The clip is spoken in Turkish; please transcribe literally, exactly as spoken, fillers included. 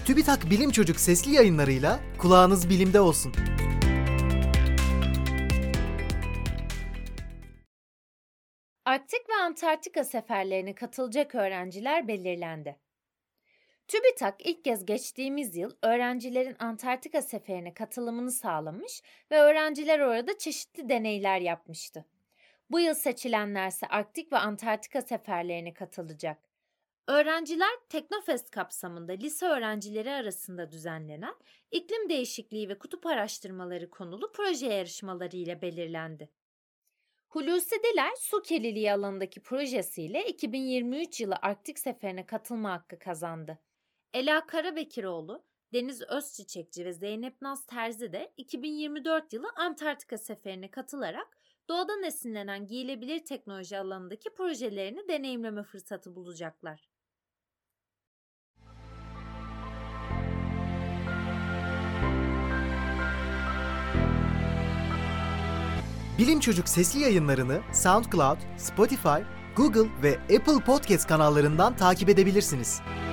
TÜBİTAK Bilim Çocuk sesli yayınlarıyla kulağınız bilimde olsun. Arktik ve Antarktika seferlerine katılacak öğrenciler belirlendi. TÜBİTAK ilk kez geçtiğimiz yıl öğrencilerin Antarktika seferine katılımını sağlamış ve öğrenciler orada çeşitli deneyler yapmıştı. Bu yıl seçilenlerse Arktik ve Antarktika seferlerine katılacak. Öğrenciler Teknofest kapsamında lise öğrencileri arasında düzenlenen iklim değişikliği ve kutup araştırmaları konulu proje yarışmaları ile belirlendi. Hulusi Diler, su kirliliği alanındaki projesiyle iki bin yirmi üç yılı Arktik seferine katılma hakkı kazandı. Ela Karabekiroğlu, Deniz Özçiçekçi ve Zeynep Naz Terzi de iki bin yirmi dört yılı Antarktika seferine katılarak doğadan esinlenen giyilebilir teknoloji alanındaki projelerini deneyimleme fırsatı bulacaklar. Bilim Çocuk sesli yayınlarını SoundCloud, Spotify, Google ve Apple Podcast kanallarından takip edebilirsiniz.